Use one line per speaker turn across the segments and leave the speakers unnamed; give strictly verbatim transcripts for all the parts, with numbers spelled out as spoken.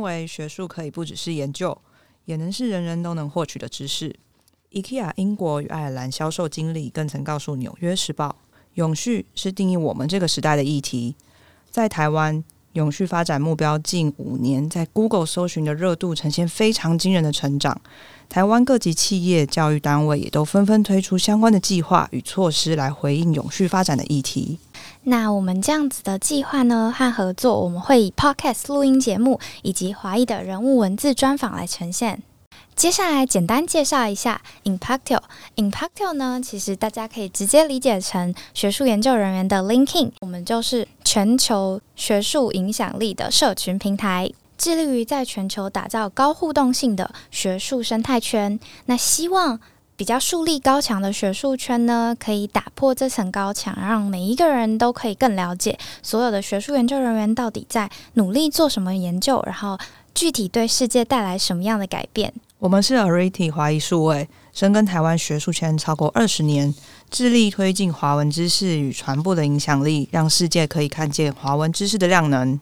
为学术可以不只是研究，也能是人人都能获取的知识。IKEA 英国与爱尔兰销售经理更曾告诉纽约时报，永续是定义我们这个时代的议题。在台湾，永续发展目标近五年在 Google 搜寻的热度呈现非常惊人的成长，台湾各级企业教育单位也都纷纷推出相关的计划与措施来回应永续发展的议题。
那我们这样子的计划呢和合作，我们会以 Podcast 录音节目以及华裔的人物文字专访来呈现。接下来简单介绍一下 Impactio。 Impactio 呢，其实大家可以直接理解成学术研究人员的 LinkedIn， 我们就是全球学术影响力的社群平台，致力于在全球打造高互动性的学术生态圈。那希望比较树立高墙的学术圈呢，可以打破这层高墙，让每一个人都可以更了解所有的学术研究人员到底在努力做什么研究，然后具体对世界带来什么样的改变。
我们是 Arete 华裔数位，深耕台湾学术圈超过二十年，致力推进华文知识与传播的影响力，让世界可以看见华文知识的量能。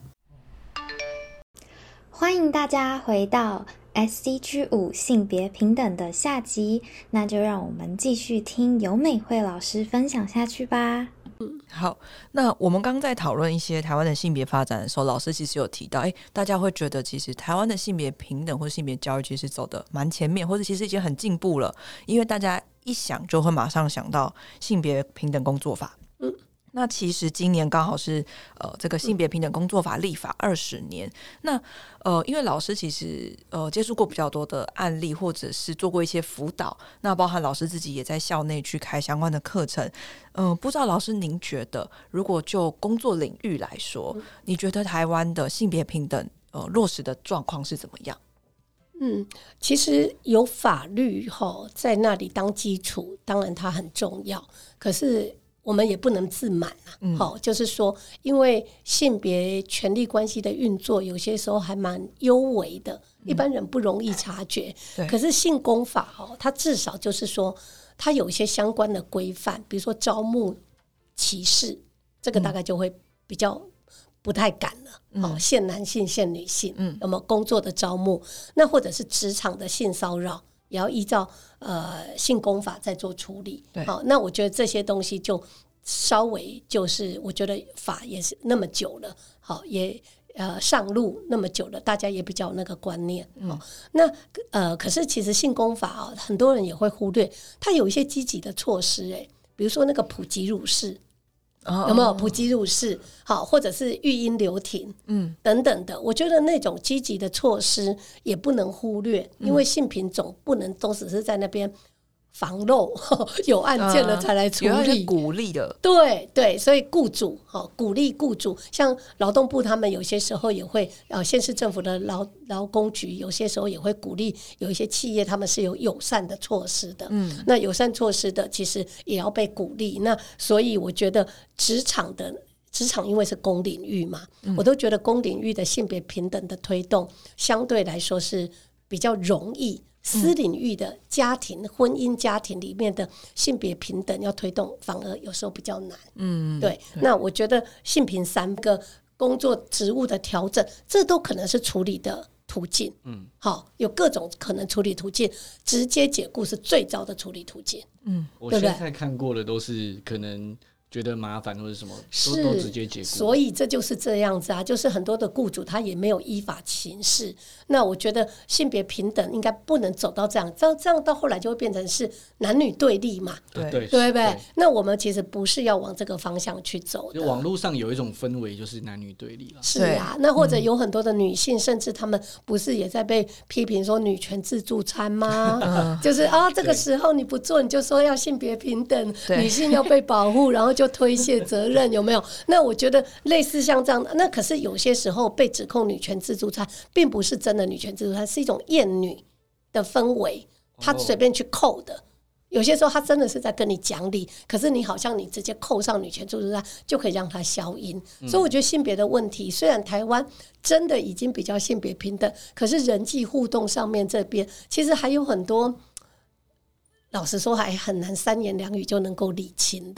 欢迎大家回到 S C G 五 性别平等的下集，那就让我们继续听游美惠老师分享下去吧。
好，那我们刚刚在讨论一些台湾的性别发展的时候，老师其实有提到，哎，大家会觉得其实台湾的性别平等或性别教育其实走得蛮前面，或者其实已经很进步了，因为大家一想就会马上想到性别平等工作法。嗯，那其实今年刚好是呃这个性别平等工作法立法二十年。那呃因为老师其实呃接触过比较多的案例，或者是做过一些辅导，那包含老师自己也在校内去开相关的课程。嗯、呃，不知道老师您觉得，如果就工作领域来说，嗯、你觉得台湾的性别平等呃落实的状况是怎么样？
嗯，其实有法律齁在那里当基础，当然它很重要，可是我们也不能自满啊。嗯，就是说因为性别权力关系的运作有些时候还蛮幽微的，一般人不容易察觉。嗯、可是性工法齁它至少就是说它有一些相关的规范，比如说招募歧视，这个大概就会比较不太敢了。嗯哦、限男性限女性，嗯，有没有工作的招募，那或者是职场的性骚扰也要依照呃性工法在做处理。好、哦，那我觉得这些东西就稍微就是我觉得法也是那么久了，好、哦、也呃上路那么久了，大家也比较有那个观念。嗯哦、那呃可是其实性工法啊、哦，很多人也会忽略，它有一些积极的措施，哎，比如说那个普及乳室。Oh, 有没有普及乳室？好，或者是育婴留停，嗯，等等的。我觉得那种积极的措施也不能忽略，嗯、因为性平总不能都只是在那边防漏，有案件了才来处理，
有些鼓励的，
对对，所以雇主哦，鼓励雇主，像劳动部他们有些时候也会，呃，县市政府的劳劳工局有些时候也会鼓励有一些企业他们是有友善的措施的，嗯，那友善措施的其实也要被鼓励。那所以我觉得职场的职场因为是公领域嘛，嗯、我都觉得公领域的性别平等的推动相对来说是比较容易。私领域的家庭、婚姻家庭里面的性别平等要推动，反而有时候比较难。嗯，对。那我觉得性平三个工作职务的调整，这都可能是处理的途径。嗯，好，有各种可能处理途径，直接解雇是最糟的处理途径。嗯，
我现在看过的都是可能觉得麻烦或者什么，都都直接解雇。
所以这就是这样子啊，就是很多的雇主他也没有依法行事。那我觉得性别平等应该不能走到这样，这样这样到后来就会变成是男女对立嘛，
对
对对不对？那我们其实不是要往这个方向去走的。
网络上有一种氛围就是男女对立了，
是啊，那或者有很多的女性，嗯、甚至他们不是也在被批评说女权自助餐吗？就是啊，这个时候你不做，你就说要性别平等，女性要被保护，然后就推卸责任，有没有？那我觉得类似像这样的，那可是有些时候被指控女权自助餐，并不是真的女权自助餐，是一种厌女的氛围，他随便去扣的。哦，有些时候他真的是在跟你讲理，可是你好像你直接扣上女权自助餐就可以让他消音。嗯、所以我觉得性别的问题，虽然台湾真的已经比较性别平等，可是人际互动上面这边其实还有很多，老实说还很难三言两语就能够理清的。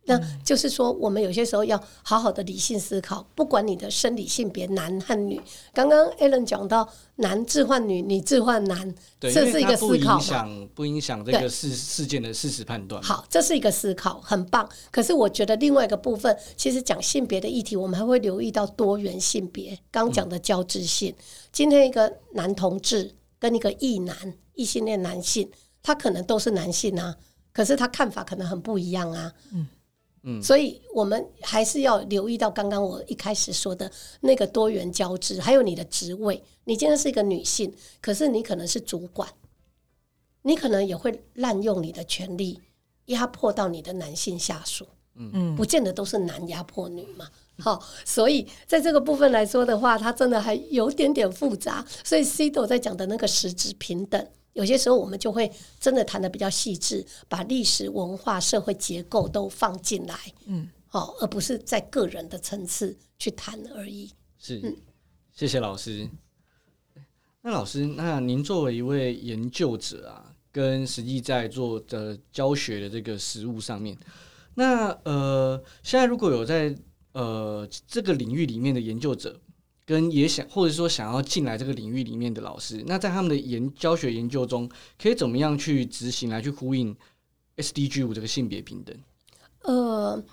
那就是说我们有些时候要好好的理性思考，不管你的生理性别男和女，刚刚 Alan 讲到男置换女，女置换男，这是一个思考嘛，
不影响这个 事, 事件的事实判断。
好，这是一个思考，很棒。可是我觉得另外一个部分，其实讲性别的议题，我们还会留意到多元性别，刚讲的交织性、嗯、今天一个男同志跟一个异男异性恋男性，他可能都是男性啊，可是他看法可能很不一样啊。嗯嗯，所以我们还是要留意到刚刚我一开始说的那个多元交织，还有你的职位。你今天是一个女性，可是你可能是主管，你可能也会滥用你的权力压迫到你的男性下属。嗯，不见得都是男压迫女嘛。好，所以在这个部分来说的话，它真的还有点点复杂。所以 C 斗在讲的那个实质平等，有些时候我们就会真的谈得比较细致，把历史文化社会结构都放进来。嗯，好，而不是在个人的层次去谈而已。
是、嗯、谢谢老师。那老师，那您作为一位研究者啊，跟实际在做的教学的这个实务上面，那呃，现在如果有在呃这个领域里面的研究者，跟也想或者说想要进来这个领域里面的老师，那在他们的研教学研究中，可以怎么样去执行来去呼应 S D G 五这个性别平等？
呃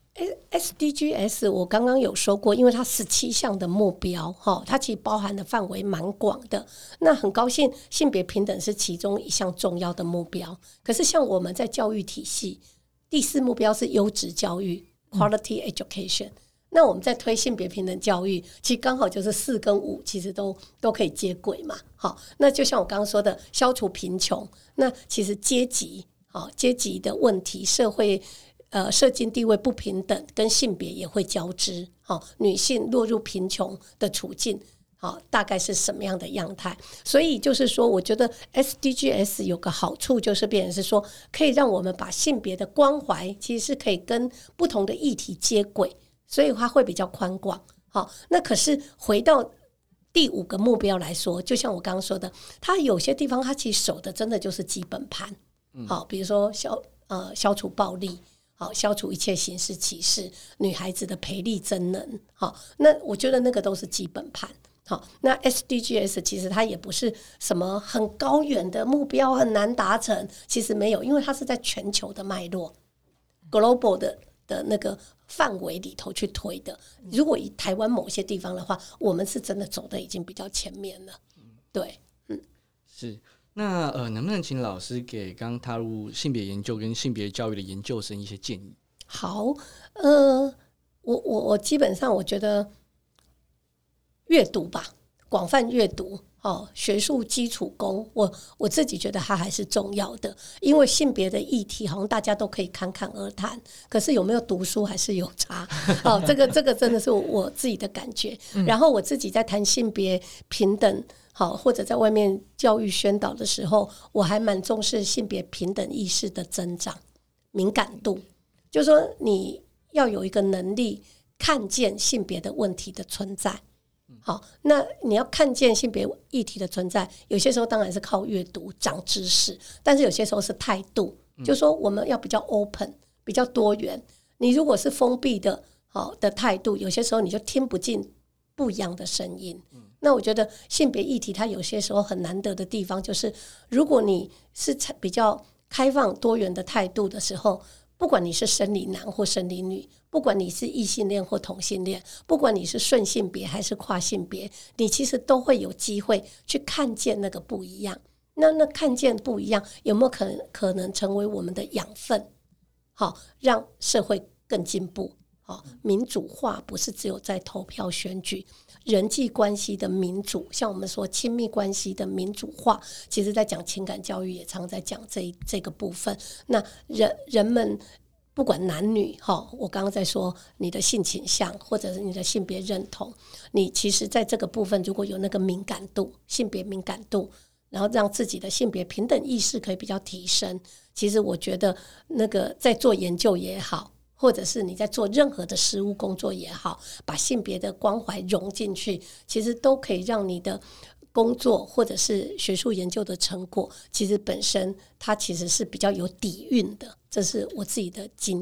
，S D G S 我刚刚有说过，因为它十七项的目标，它其实包含的范围蛮广的。那很高兴，性别平等是其中一项重要的目标。可是像我们在教育体系，第四目标是优质教育 （Quality Education）。嗯，那我们在推性别平等教育，其实刚好就是四跟五其实都都可以接轨嘛。好，那就像我刚刚说的，消除贫穷，那其实阶级，好，阶级的问题，社会呃社经地位不平等跟性别也会交织。好，女性落入贫穷的处境，好，大概是什么样的样态？所以就是说，我觉得 S D G S 有个好处，就是变成是说，可以让我们把性别的关怀，其实是可以跟不同的议题接轨。所以它会比较宽广。好，那可是回到第五个目标来说，就像我刚刚说的，它有些地方它其实守的真的就是基本盘。好，比如说消呃消除暴力，好，消除一切形式歧视，女孩子的培力增能。好，那我觉得那个都是基本盘。好，那 S D G S 其实它也不是什么很高远的目标，很难达成，其实没有，因为它是在全球的脉络 global 的的那个范围里头去推的。如果以台湾某些地方的话，我们是真的走的已经比较前面了。对，嗯，是。
那呃，能不能请老师给刚踏入性别研究跟性别教育的研究生一些建议？
好，呃，我我我基本上我觉得阅读吧，广泛阅读。哦，学术基础功，我我自己觉得它还是重要的，因为性别的议题好像大家都可以侃侃而谈，可是有没有读书还是有差。哦，这个这个真的是我自己的感觉。嗯、然后我自己在谈性别平等，好，或者在外面教育宣导的时候，我还蛮重视性别平等意识的增长，敏感度，就是说你要有一个能力看见性别的问题的存在。好，那你要看见性别议题的存在，有些时候当然是靠阅读长知识，但是有些时候是态度，嗯、就是说我们要比较 open 比较多元。你如果是封闭的好的态度，有些时候你就听不进不一样的声音。嗯、那我觉得性别议题它有些时候很难得的地方，就是如果你是比较开放多元的态度的时候，不管你是生理男或生理女，不管你是异性恋或同性恋，不管你是顺性别还是跨性别，你其实都会有机会去看见那个不一样。那那看见不一样，有没有可能可能成为我们的养分？好，让社会更进步。好，民主化不是只有在投票选举，人际关系的民主，像我们说亲密关系的民主化，其实在讲情感教育也常在讲这这个部分。那人人们不管男女，我刚刚在说你的性倾向或者是你的性别认同，你其实在这个部分如果有那个敏感度，性别敏感度，然后让自己的性别平等意识可以比较提升，其实我觉得那个在做研究也好，或者是你在做任何的实务工作也好，把性别的关怀融进去，其实都可以让你的工作或者是学术研究的成果，其实本身它其实是比较有底蕴的，这是我自己的经验。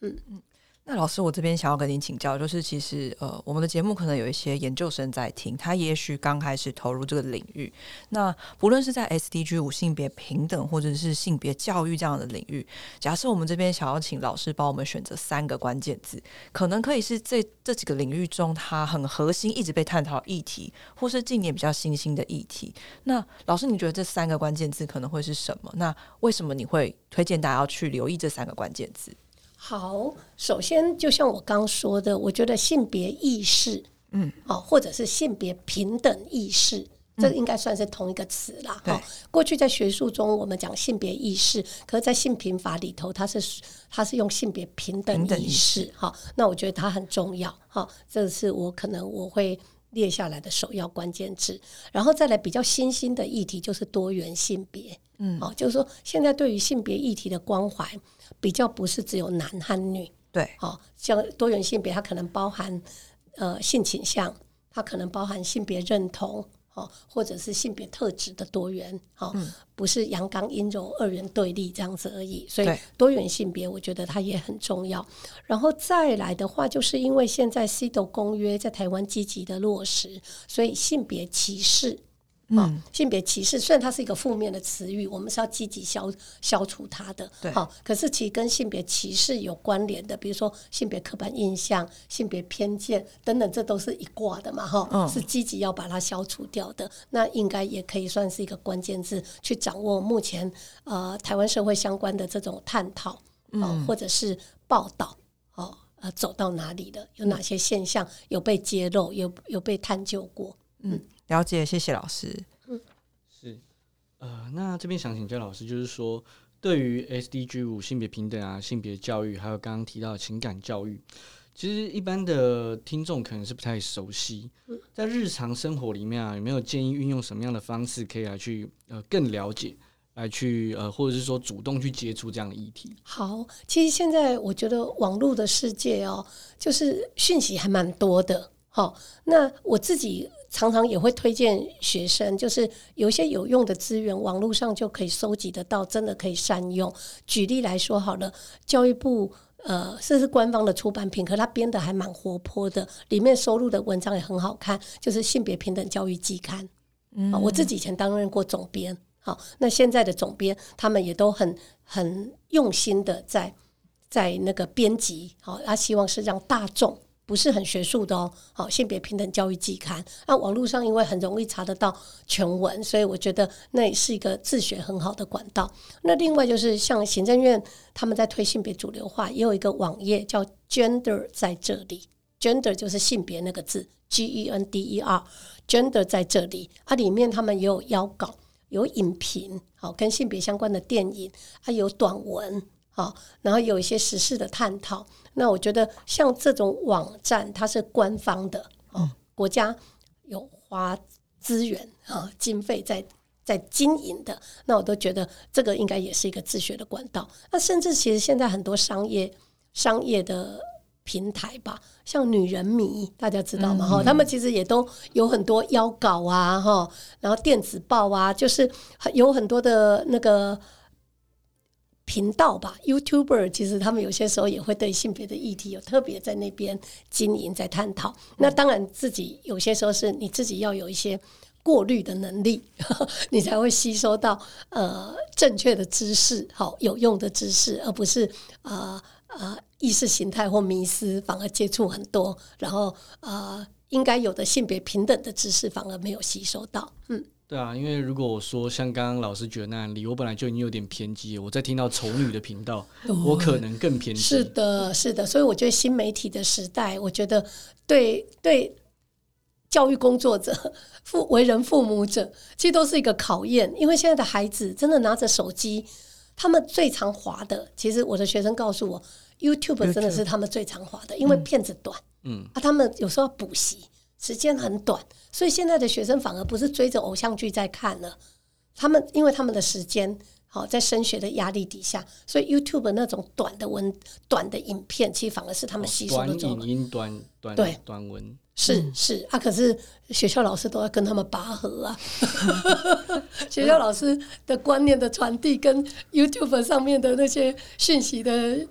嗯
嗯。那老师，我这边想要跟您请教，就是其实呃，我们的节目可能有一些研究生在听，他也许刚开始投入这个领域。那不论是在 S D G 五性别平等，或者是性别教育这样的领域，假设我们这边想要请老师帮我们选择三个关键字，可能可以是这这几个领域中它很核心、一直被探讨的议题，或是近年比较新兴的议题。那老师，你觉得这三个关键字可能会是什么？那为什么你会推荐大家要去留意这三个关键字？
好，首先就像我刚说的，我觉得性别意识，嗯，哦，或者是性别平等意识，这应该算是同一个词啦。
嗯、
哦，过去在学术中我们讲性别意识，可是在性平法里头，它是它是用性别平等意识。哈、哦，那我觉得它很重要。哈、哦，这是我可能我会列下来的首要关键字。然后再来比较新兴的议题就是多元性别。嗯，哦，就是说现在对于性别议题的关怀比较不是只有男和女，
对，
哦，像多元性别它可能包含呃性倾向，它可能包含性别认同，哦，或者是性别特质的多元，哦，嗯、不是阳刚阴柔二元对立这样子而已，所以多元性别我觉得它也很重要。然后再来的话，就是因为现在 C E D O 公约在台湾积极的落实，所以性别歧视。哦、性别歧视虽然它是一个负面的词语，我们是要积极 消, 消除它的，哦，可是其实跟性别歧视有关联的，比如说性别刻板印象、性别偏见等等，这都是一挂的嘛，哦嗯、是积极要把它消除掉的。那应该也可以算是一个关键字，去掌握目前呃台湾社会相关的这种探讨，哦嗯、或者是报道，哦呃走到哪里了，有哪些现象有被揭露，有有被探究过。
嗯，了解，谢谢老师。
嗯，
是，呃，那这边想请教老师，就是说，对于 S D G 五性别平等啊、性别教育，还有刚刚提到的情感教育，其实一般的听众可能是不太熟悉。在日常生活里面啊，有没有建议运用什么样的方式可以来去呃更了解？来去呃，或者是说主动去接触这样的议题。
好，其实现在我觉得网络的世界哦，就是讯息还蛮多的。好，那我自己常常也会推荐学生，就是有一些有用的资源，网络上就可以收集得到，真的可以善用。举例来说好了，教育部呃，这是官方的出版品，可它编的还蛮活泼的，里面收录的文章也很好看，就是性别平等教育季刊。嗯，我自己以前担任过总编，好，那现在的总编他们也都很很用心的在在那个编辑，好，他希望是让大众。不是很学术的哦，好，性别平等教育季刊，那网络上因为很容易查得到全文，所以我觉得那也是一个自学很好的管道。那另外就是像行政院他们在推性别主流化，也有一个网页叫 Gender 在这里 ，Gender 就是性别那个字 ，G E N D E R，Gender 在这里，它里面他们也有邀稿，有影评，好，跟性别相关的电影，还有短文。好，然后有一些时事的探讨。那我觉得像这种网站，它是官方的，哦，国家有花资源啊、经费在在经营的，那我都觉得这个应该也是一个自学的管道。那甚至其实现在很多商业商业的平台吧，像女人迷，大家知道吗？嗯、他们其实也都有很多邀稿啊，然后电子报啊，就是有很多的那个。频道吧 YouTuber 其实他们有些时候也会对性别的议题有特别在那边经营在探讨，那当然自己有些时候是你自己要有一些过滤的能力你才会吸收到呃正确的知识，好有用的知识，而不是呃呃意识形态或迷思反而接触很多，然后呃应该有的性别平等的知识反而没有吸收到。嗯，
对啊，因为如果我说像刚刚老师举的那案例，我本来就已经有点偏激了，我在听到丑女的频道，我可能更偏激。
是的，是的，所以我觉得新媒体的时代，我觉得对对教育工作者、父为人父母者，其实都是一个考验。因为现在的孩子真的拿着手机，他们最常滑的，其实我的学生告诉我 ，YouTube 真的是他们最常滑的，因为片子短，嗯，啊，他们有时候要补习。时间很短，所以现在的学生反而不是追着偶像剧在看了，他们因为他们的时间好在升学的压力底下，所以 YouTube 那种短的文、短的影片，其实反而是他们吸收的
短影音、短短
对
短文，
是是啊。可是学校老师都要跟他们拔河啊，学校老师的观念的传递跟 YouTube 上面的那些讯息的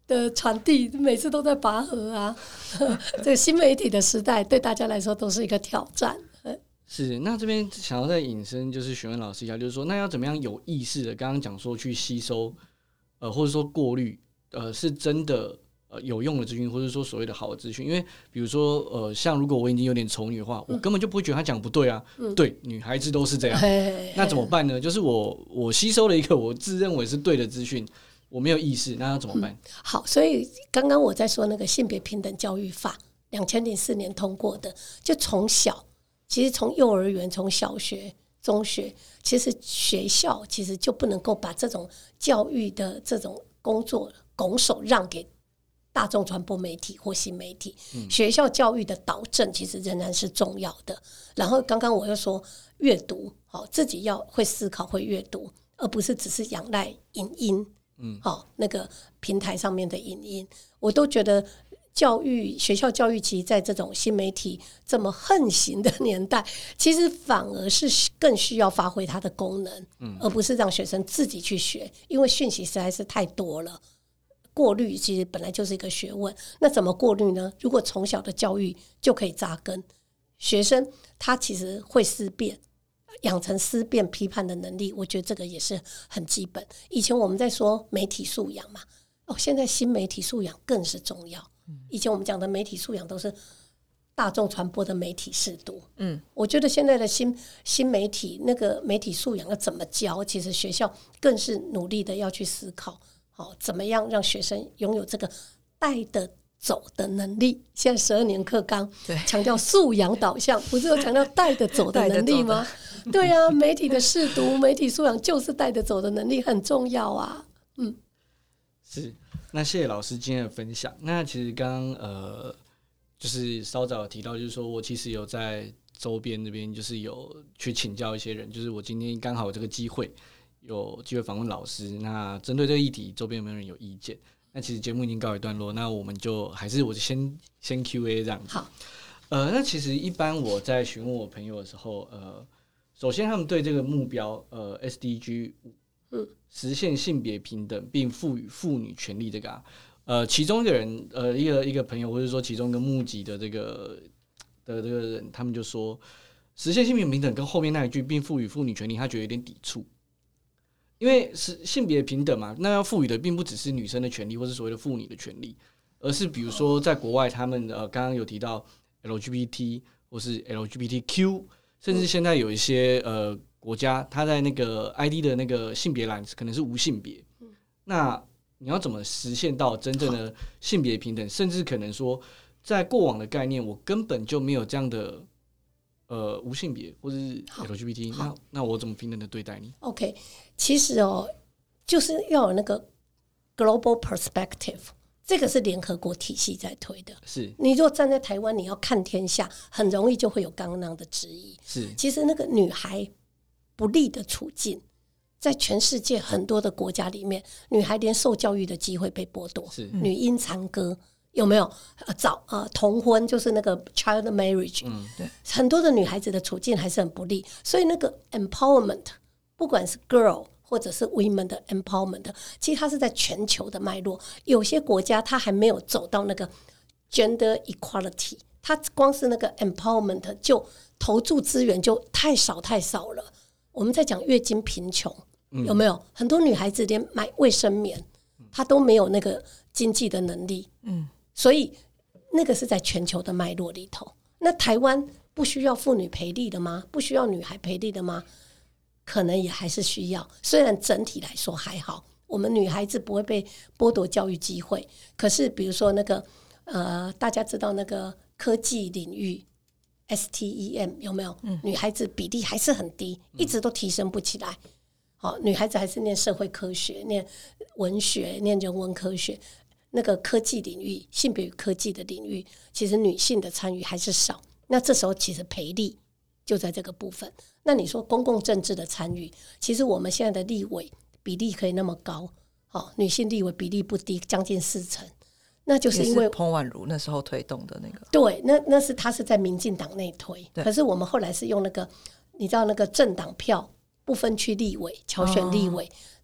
的传递，每次都在拔河啊。这个新媒体的时代对大家来说都是一个挑战。
是，那这边想要再引申，就是询问老师一下，就是说，那要怎么样有意识的，刚刚讲说去吸收，呃，或者说过滤，呃，是真的呃有用的资讯，或者说所谓的好的资讯。因为比如说，呃，像如果我已经有点丑女的话，我根本就不会觉得他讲不对啊。嗯、对，女孩子都是这样。嗯、那怎么办呢？就是我我吸收了一个我自认为是对的资讯，我没有意识，那要怎么办？嗯、
好，所以刚刚我在说那个性别平等教育法，两千零四年通过的，就从小。其实从幼儿园、从小学、中学，其实学校其实就不能够把这种教育的这种工作拱手让给大众传播媒体或新媒体。嗯、学校教育的导正其实仍然是重要的。然后刚刚我又说阅读，好，自己要会思考、会阅读，而不是只是仰赖影音。嗯，好，那个平台上面的影音，我都觉得。教育学校教育其实在这种新媒体这么横行的年代，其实反而是更需要发挥它的功能，嗯、而不是让学生自己去学，因为讯息实在是太多了。过滤其实本来就是一个学问，那怎么过滤呢？如果从小的教育就可以扎根，学生他其实会思辨，养成思辨批判的能力，我觉得这个也是很基本。以前我们在说媒体素养嘛，哦，现在新媒体素养更是重要。以前我们讲的媒体素养都是大众传播的媒体识读，嗯，我觉得现在的新新媒体那个媒体素养要怎么教，其实学校更是努力的要去思考，好，怎么样让学生拥有这个带得走的能力。现在十二年课纲强调素养导向，不是有强调带得走的能力吗？对啊，媒体的识读、媒体素养就是带得走的能力，很重要啊。嗯，
是。那谢谢老师今天的分享。那其实刚刚呃，就是稍早有提到，就是说我其实有在周边这边，就是有去请教一些人，就是我今天刚好有这个机会，有机会访问老师。那针对这个议题，周边有没有人有意见？那其实节目已经告一段落，那我们就还是我就先先 Q A 这样子。
好，
呃，那其实一般我在询问我朋友的时候，呃，首先他们对这个目标，呃 ，S D G 嗯，实现性别平等并赋予妇女权利这个啊，呃，其中一个人，呃，一个一个朋友，或者说其中一个目击的这个的这个人，他们就说，实现性别平等跟后面那一句并赋予妇女权利，他觉得有点抵触，因为是性别平等嘛，那要赋予的并不只是女生的权利，或是所谓的妇女的权利，而是比如说在国外，他们呃刚刚有提到 L G B T 或是 L G B T Q， 甚至现在有一些呃。国家他在那个 I D 的那个性别栏可能是无性别，嗯、那你要怎么实现到真正的性别平等？甚至可能说，在过往的概念，我根本就没有这样的呃无性别或是 L G B T， 那那我怎么平等的对待你
？OK， 其实哦，就是要有那个 global perspective， 这个是联合国体系在推的。
是
你如果站在台湾，你要看天下，很容易就会有刚刚那样的质疑。
是，
其实那个女孩。不利的处境，在全世界很多的国家里面，女孩连受教育的机会被剥夺，女婴残歌有没有？呃，早呃同婚就是那个 child marriage，嗯，对，很多的女孩子的处境还是很不利，所以那个 empowerment， 不管是 girl 或者是 women 的 empowerment， 其实它是在全球的脉络。有些国家它还没有走到那个 gender equality， 它光是那个 empowerment 就投注资源就太少太少了。我们在讲月经贫穷，有没有、嗯、很多女孩子连买卫生棉她都没有那个经济的能力，嗯，所以那个是在全球的脉络里头。那台湾不需要妇女培力的吗？不需要女孩培力的吗？可能也还是需要，虽然整体来说还好，我们女孩子不会被剥夺教育机会，可是比如说那个呃，大家知道那个科技领域S T E M 有没有、嗯、女孩子比例还是很低，一直都提升不起来、哦、女孩子还是念社会科学，念文学，念人文科学，那个科技领域，性别与科技的领域，其实女性的参与还是少，那这时候其实培力就在这个部分。那你说公共政治的参与，其实我们现在的立委比例可以那么高、哦、女性立委比例不低，将近四成，那就是因为
也是彭婉如那时候推动的那个，
对，那那是他是在民进党内推，可是我们后来是用那个你知道那个政党票不分区立委，侨选立委、哦、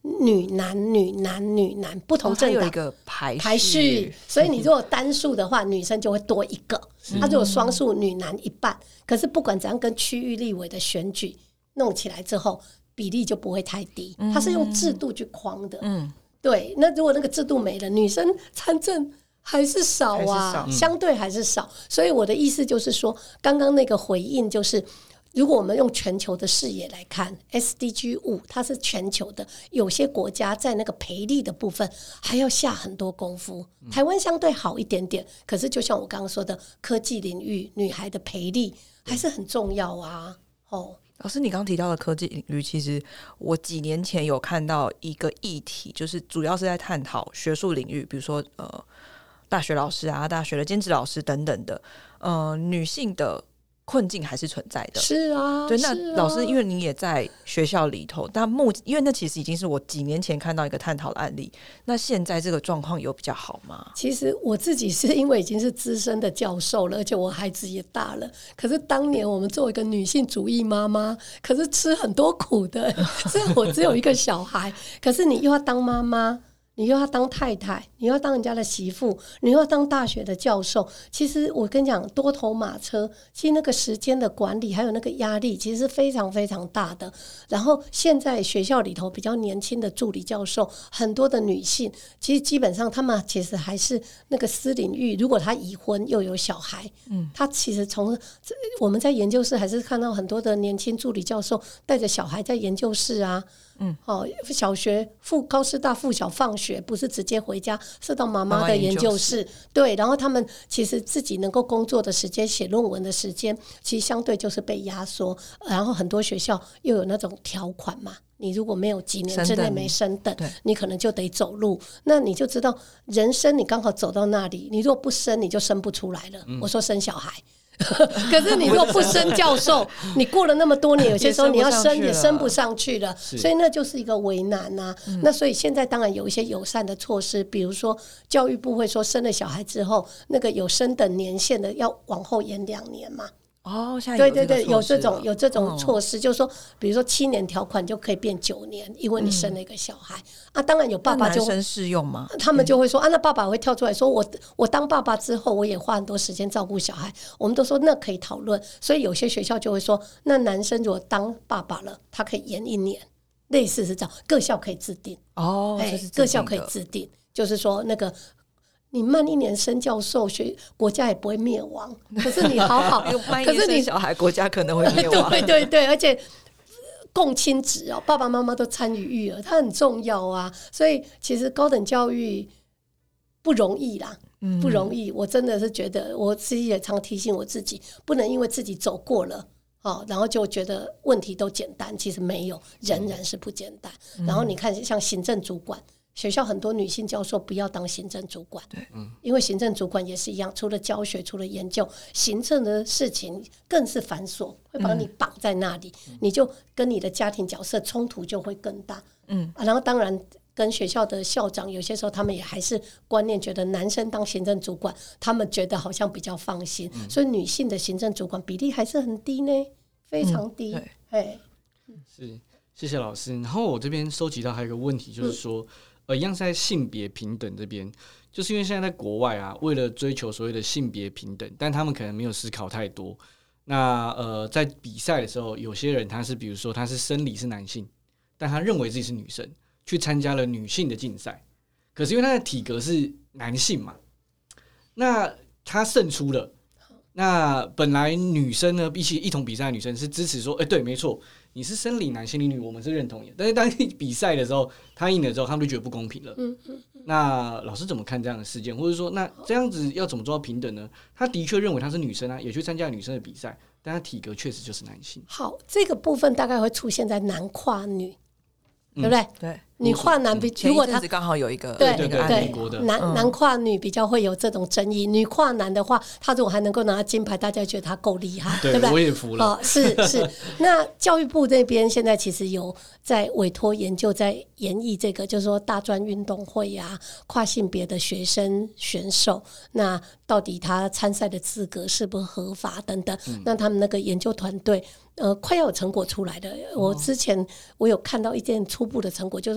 女男女男女男不同政党、
哦、有一个排序
排序，所以你如果单数的话，女生就会多一个；他、啊、如果双数，女男一半。可是不管怎样，跟区域立委的选举弄起来之后，比例就不会太低。它是用制度去框的。嗯，对。那如果那个制度没了，女生参政还是少啊，少相对还是少。所以我的意思就是说，刚刚那个回应就是。如果我们用全球的视野来看 S D G 五 它是全球的，有些国家在那个培力的部分还要下很多功夫，台湾相对好一点点，可是就像我刚刚说的科技领域女孩的培力还是很重要啊。哦，
老师你刚提到的科技领域，其实我几年前有看到一个议题，就是主要是在探讨学术领域，比如说呃大学老师啊，大学的兼职老师等等的，呃女性的困境还是存在的。
是啊，
对，那
啊
老师因为你也在学校里头，但目因为那其实已经是我几年前看到一个探讨的案例，那现在这个状况有比较好吗？
其实我自己是因为已经是资深的教授了，而且我孩子也大了，可是当年我们作为一个女性主义妈妈，可是吃很多苦的。虽然我只有一个小孩，可是你又要当妈妈，你又要当太太，你又要当人家的媳妇，你又要当大学的教授。其实我跟你讲，多头马车，其实那个时间的管理还有那个压力其实是非常非常大的。然后现在学校里头比较年轻的助理教授，很多的女性其实基本上她们其实还是那个私领域，如果她已婚又有小孩，嗯，她其实从我们在研究室还是看到很多的年轻助理教授带着小孩在研究室啊，嗯，哦，小学附高师大附小放学不是直接回家，是到妈妈的研究室。对，然后他们其实自己能够工作的时间、写论文的时间，其实相对就是被压缩。然后很多学校又有那种条款嘛，你如果没有几年之内没升等，你可能就得走路。那你就知道人生你刚好走到那里，你如果不生你就生不出来了。嗯、我说生小孩。可是你如果不升教授你过了那么多年，有些时候你要升也升不上去了，所以那就是一个为难啊、嗯、那所以现在当然有一些友善的措施，比如说教育部会说生了小孩之后那个有升等年限的要往后延两年嘛。
哦，现在有这个措施了。对对对，
有这种有这种措施、哦、就是说比如说七年条款就可以变九年，因为你生了一个小孩、嗯、啊，当然有爸爸就
男生适用吗？
他们就会说、嗯、啊，那爸爸会跳出来说我我当爸爸之后我也花很多时间照顾小孩，我们都说那可以讨论。所以有些学校就会说那男生如果当爸爸了他可以延一年，类似是这样，各校可以制定哦，这是制定的，各校可以制定，就是说那个你慢一年升教授，学国家也不会灭亡。可是你好好，
可是你小孩国家可能会灭亡。
对对对，而且共亲职哦，爸爸妈妈都参与育儿，它很重要啊。所以其实高等教育不容易啦，不容易。我真的是觉得，我自己也常提醒我自己，不能因为自己走过了。哦，然后就觉得问题都简单，其实没有，仍然是不简单。嗯、然后你看，像行政主管。学校很多女性教授不要当行政主管，对，因为行政主管也是一样，除了教学除了研究，行政的事情更是繁琐，会把你绑在那里、嗯、你就跟你的家庭角色冲突就会更大。嗯、啊，然后当然跟学校的校长有些时候他们也还是观念觉得男生当行政主管他们觉得好像比较放心、嗯、所以女性的行政主管比例还是很低呢，非常低、嗯、对，
是，谢谢老师。然后我这边收集到还有一个问题，就是说、嗯呃，一样是在性别平等这边，就是因为现在在国外啊，为了追求所谓的性别平等，但他们可能没有思考太多。那呃，在比赛的时候，有些人他是比如说他是生理是男性，但他认为自己是女生，去参加了女性的竞赛，可是因为他的体格是男性嘛，那他胜出了。那本来女生呢，一起一同比赛的女生是支持说，哎、欸，对，没错，你是生理男性理女，我们是认同的。但是当比赛的时候，他赢了之后，他们就觉得不公平了。嗯嗯嗯。那老师怎么看这样的事件，或者说，那这样子要怎么做到平等呢？他的确认为他是女生啊，也去参加女生的比赛，但他体格确实就是男性。
好，这个部分大概会出现在男跨女，嗯、对不对？
对。
女跨男比，
如果他刚好有一个
对
对
对男男跨女比较会有这种争议，女跨男的话，他如果还能够拿金牌，大家觉得他够厉害， 对, 对不对？
我也服了。
哦、是是。那教育部这边现在其实有在委托研究，在研议这个，就是说大专运动会啊，跨性别的学生选手，那到底他参赛的资格是不是合法等等？嗯、那他们那个研究团队。呃，快要有成果出来的。我之前我有看到一件初步的成果，就是说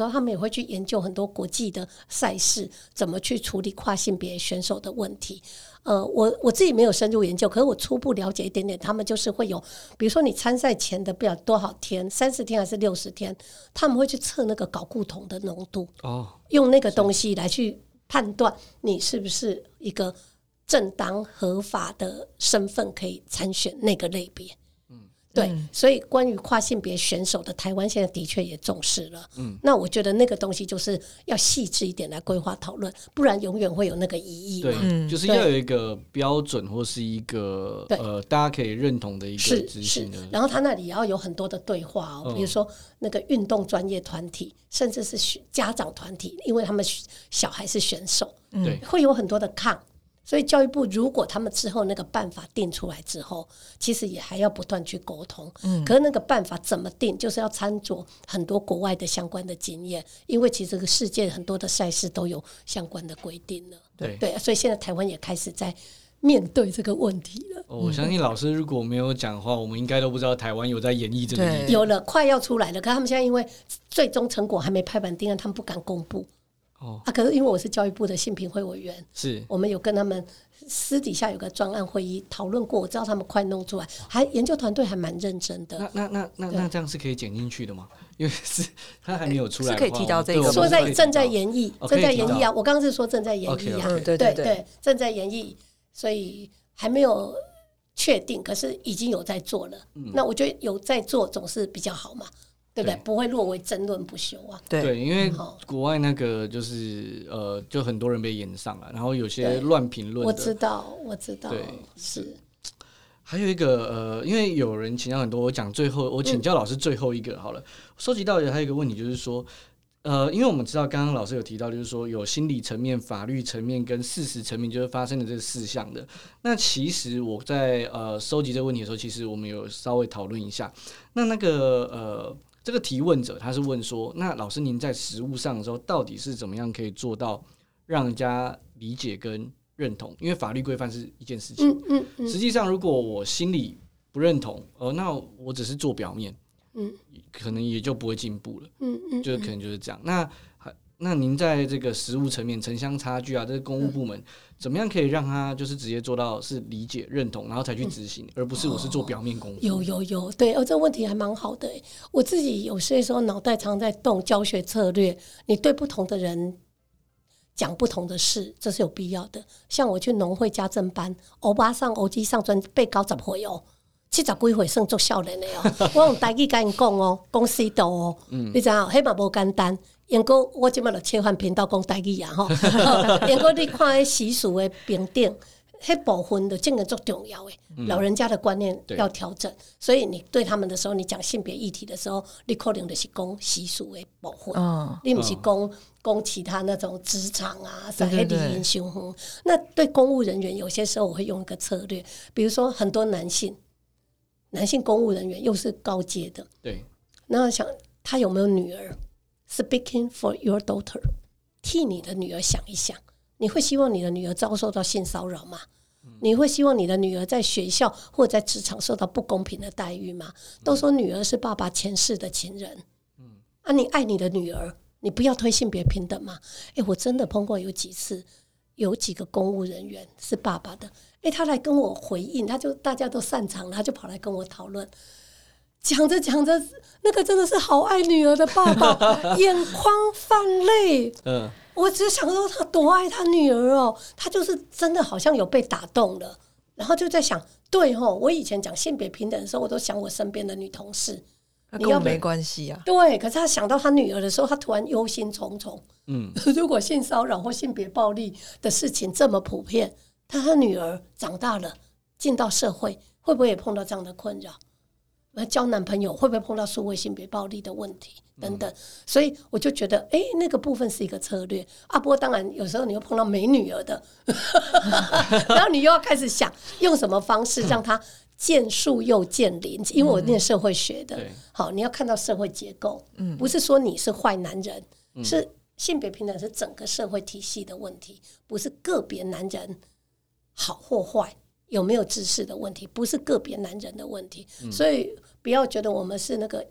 候，他们也会去研究很多国际的赛事，怎么去处理跨性别选手的问题。呃，我我自己没有深入研究，可是我初步了解一点点，他们就是会有，比如说你参赛前的不了多少天，三十天还是六十天，他们会去测那个睾固酮的浓度，哦，用那个东西来去判断你是不是一个正当合法的身份可以参选那个类别。对，所以关于跨性别选手的台湾现在的确也重视了。嗯，那我觉得那个东西就是要细致一点来规划讨论，不然永远会有那个疑义嘛。
对，嗯、就是要有一个标准或是一个呃大家可以认同的一个执行的。
然后他那里也要有很多的对话哦，嗯、比如说那个运动专业团体，甚至是家长团体，因为他们小孩是选手，对、嗯，会有很多的抗。所以教育部如果他们之后那个办法定出来之后，其实也还要不断去沟通。嗯，可是那个办法怎么定，就是要参照很多国外的相关的经验，因为其实这个世界很多的赛事都有相关的规定了。
对
对，所以现在台湾也开始在面对这个问题了。
哦、我相信老师如果没有讲的话，我们应该都不知道台湾有在演绎这个议题。
有了，快要出来了，可是他们现在因为最终成果还没拍板定案，他们不敢公布。哦啊、可是因为我是教育部的性平会委员，是我们有跟他们私底下有个专案会议讨论过，我知道他们快弄出来，还研究团队还蛮认真的。
那那那那那这样是可以剪进去的吗？因为是他还没有出来的话，
是可以提到这个，
说在正在研议，正在研议啊。我刚刚是说正在研议啊，
okay, okay. 对对
对, 对，正在研议，所以还没有确定，可是已经有在做了。嗯、那我觉得有在做总是比较好嘛。对不对？不会落为争论不休啊。
对，对，因为国外那个就是呃，就很多人被延上了，然后有些乱评论的。
我知道，我知道，对，是。
还有一个呃，因为有人请教很多，我讲最后，我请教老师最后一个好了。收集到的还有一个问题就是说，呃，因为我们知道刚刚老师有提到，就是说有心理层面、法律层面跟事实层面，就是发生的这四项的。那其实我在呃收集这个问题的时候，其实我们有稍微讨论一下。那那个呃。这个提问者他是问说，那老师您在实务上的时候，到底是怎么样可以做到让人家理解跟认同？因为法律规范是一件事情，嗯嗯嗯、实际上如果我心里不认同，呃，那我只是做表面，嗯，可能也就不会进步了，嗯嗯，就是可能就是这样。那那您在这个实务层面，城乡差距啊，这个公务部门、嗯、怎么样可以让他就是直接做到是理解、认同，然后才去执行、嗯，而不是我是做表面功夫？
有有有，对，哦，这个问题还蛮好的。我自己有些时候脑袋常在动，教学策略，你对不同的人讲不同的事，这是有必要的。像我去农会家政班，欧巴上、欧基上专八九十岁哦。七十几岁算做少年的哦，我用台语跟因讲哦，讲师道哦，嗯、你知道，迄嘛无简单。因果我即摆就切换频道讲台语啊吼，因果你看迄习俗的评定，迄部分就真的最重要的、嗯，老人家的观念要调整。所以你对他们的时候，你讲性别议题的时候，你可能就是讲习俗的部分，哦、你不是讲讲其他那种职场啊，啥迄礼仪相远。那对公务人员，有些时候我会用一个策略，比如说很多男性。男性公务人员又是高阶的，
对，
那想他有没有女儿 ？Speaking for your daughter， 替你的女儿想一想，你会希望你的女儿遭受到性骚扰吗？嗯、你会希望你的女儿在学校或者在职场受到不公平的待遇吗？嗯、都说女儿是爸爸前世的情人，嗯，啊，你爱你的女儿，你不要推性别平等吗？哎，我真的碰过有几次。有几个公务人员是爸爸的，欸、他来跟我回应，他就大家都散场了，他就跑来跟我讨论，讲着讲着，那个真的是好爱女儿的爸爸，眼眶泛泪。嗯，我只想说他多爱他女儿哦，他就是真的好像有被打动了，然后就在想，对哦，我以前讲性别平等的时候，我都想我身边的女同事。
那跟我没关系啊。
对，可是他想到他女儿的时候，他突然忧心忡忡。嗯，如果性骚扰或性别暴力的事情这么普遍，他他女儿长大了，进到社会，会不会也碰到这样的困扰？交男朋友会不会碰到数位性别暴力的问题等等？嗯、所以我就觉得，哎、欸，那个部分是一个策略啊。不过当然，有时候你又碰到没女儿的，然后你又要开始想用什么方式让他。见树又见林，因为我念社会学的，嗯、好，你要看到社会结构，嗯、不是说你是坏男人，嗯、是性别平等是整个社会体系的问题，不是个别男人好或坏，有没有知识的问题，不是个别男人的问题，嗯、所以不要觉得我们是那个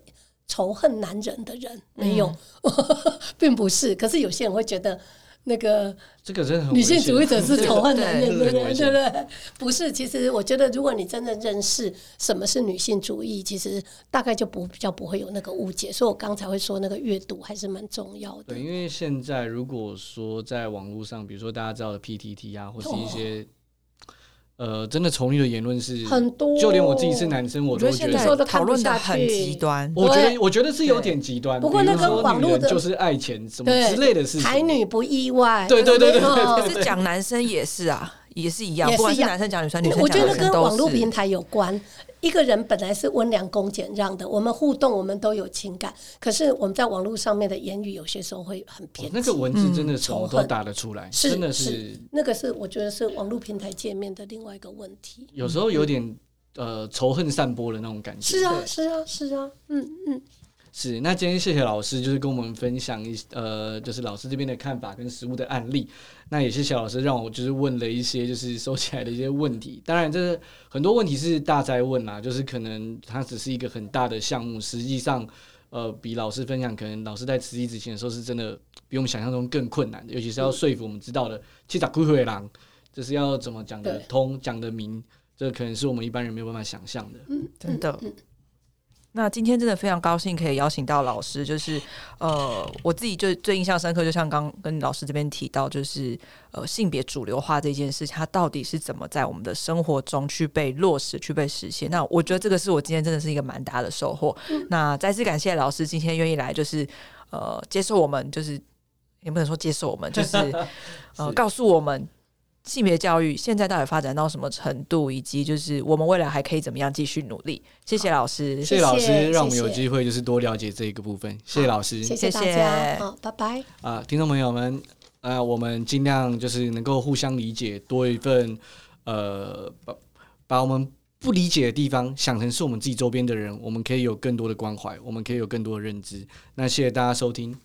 仇恨男人的人，没有，嗯、并不是。可是有些人会觉得。那个
这个真的很
女性主义者是仇恨男人的人，对不对？不是，其实我觉得，如果你真正认识什么是女性主义，其实大概就不比较不会有那个误解。所以我刚才会说，那个阅读还是蛮重要的。
对，因为现在如果说在网络上，比如说大家知道的 P T T 啊，或是一些。哦呃，真的仇女的言论是
很多，
就连我自己是男生，我都
觉得讨论的很极端。
我觉得，我觉得是有点极端。
不过那个网络的
就是爱钱什么之类的事情，
台女不意外。
对对对对对。
可是讲男生也是啊，也是一样，不管是男生讲女生，女生讲男生都是。
我觉得跟网络平台有关。一个人本来是温良恭俭让的，我们互动，我们都有情感。可是我们在网络上面的言语，有些时候会很偏激、
哦。那个文字真的什么都打得出来，
嗯、
真的
是, 是那个是我觉得是网络平台界面的另外一个问题。
有时候有点、嗯、呃仇恨散播的那种感觉。
是啊，是啊，是啊，嗯嗯。
是，那今天谢谢老师，就是跟我们分享一呃，就是老师这边的看法跟实务的案例。那也谢谢老师让我就是问了一些就是收起来的一些问题。当然，这很多问题是大哉问啦，就是可能它只是一个很大的项目，实际上呃，比老师分享，可能老师在实际执行的时候是真的比我们想象中更困难的，尤其是要说服我们知道的七十几岁的人，就是要怎么讲得通、讲得明，这可能是我们一般人没有办法想象的。
嗯，
真的。那今天真的非常高兴可以邀请到老师，就是呃，我自己就最印象深刻，就像刚跟老师这边提到，就是呃性别主流化这件事情，它到底是怎么在我们的生活中去被落实、去被实现？那我觉得这个是我今天真的是一个蛮大的收获。嗯、那再次感谢老师今天愿意来，就是呃接受我们，就是也不能说接受我们，就是呃告诉我们。性别教育现在到底发展到什么程度，以及就是我们未来还可以怎么样继续努力？谢谢老师，
谢谢老师，让我们有机会就是多了解这一个部分。谢谢老师，
谢谢大家，好，拜拜。
啊，听众朋友们，呃，我们尽量就是能够互相理解，多一份呃，把把我们不理解的地方想成是我们自己周边的人，我们可以有更多的关怀，我们可以有更多的认知。那谢谢大家收听。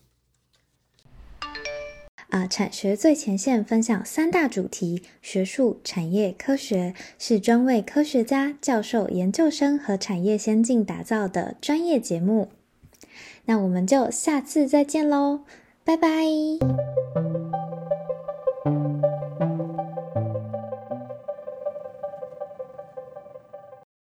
啊，产学最前线分享三大主题：学术、产业、科学，是专为科学家、教授、研究生和产业先进打造的专业节目。那我们就下次再见喽，拜拜。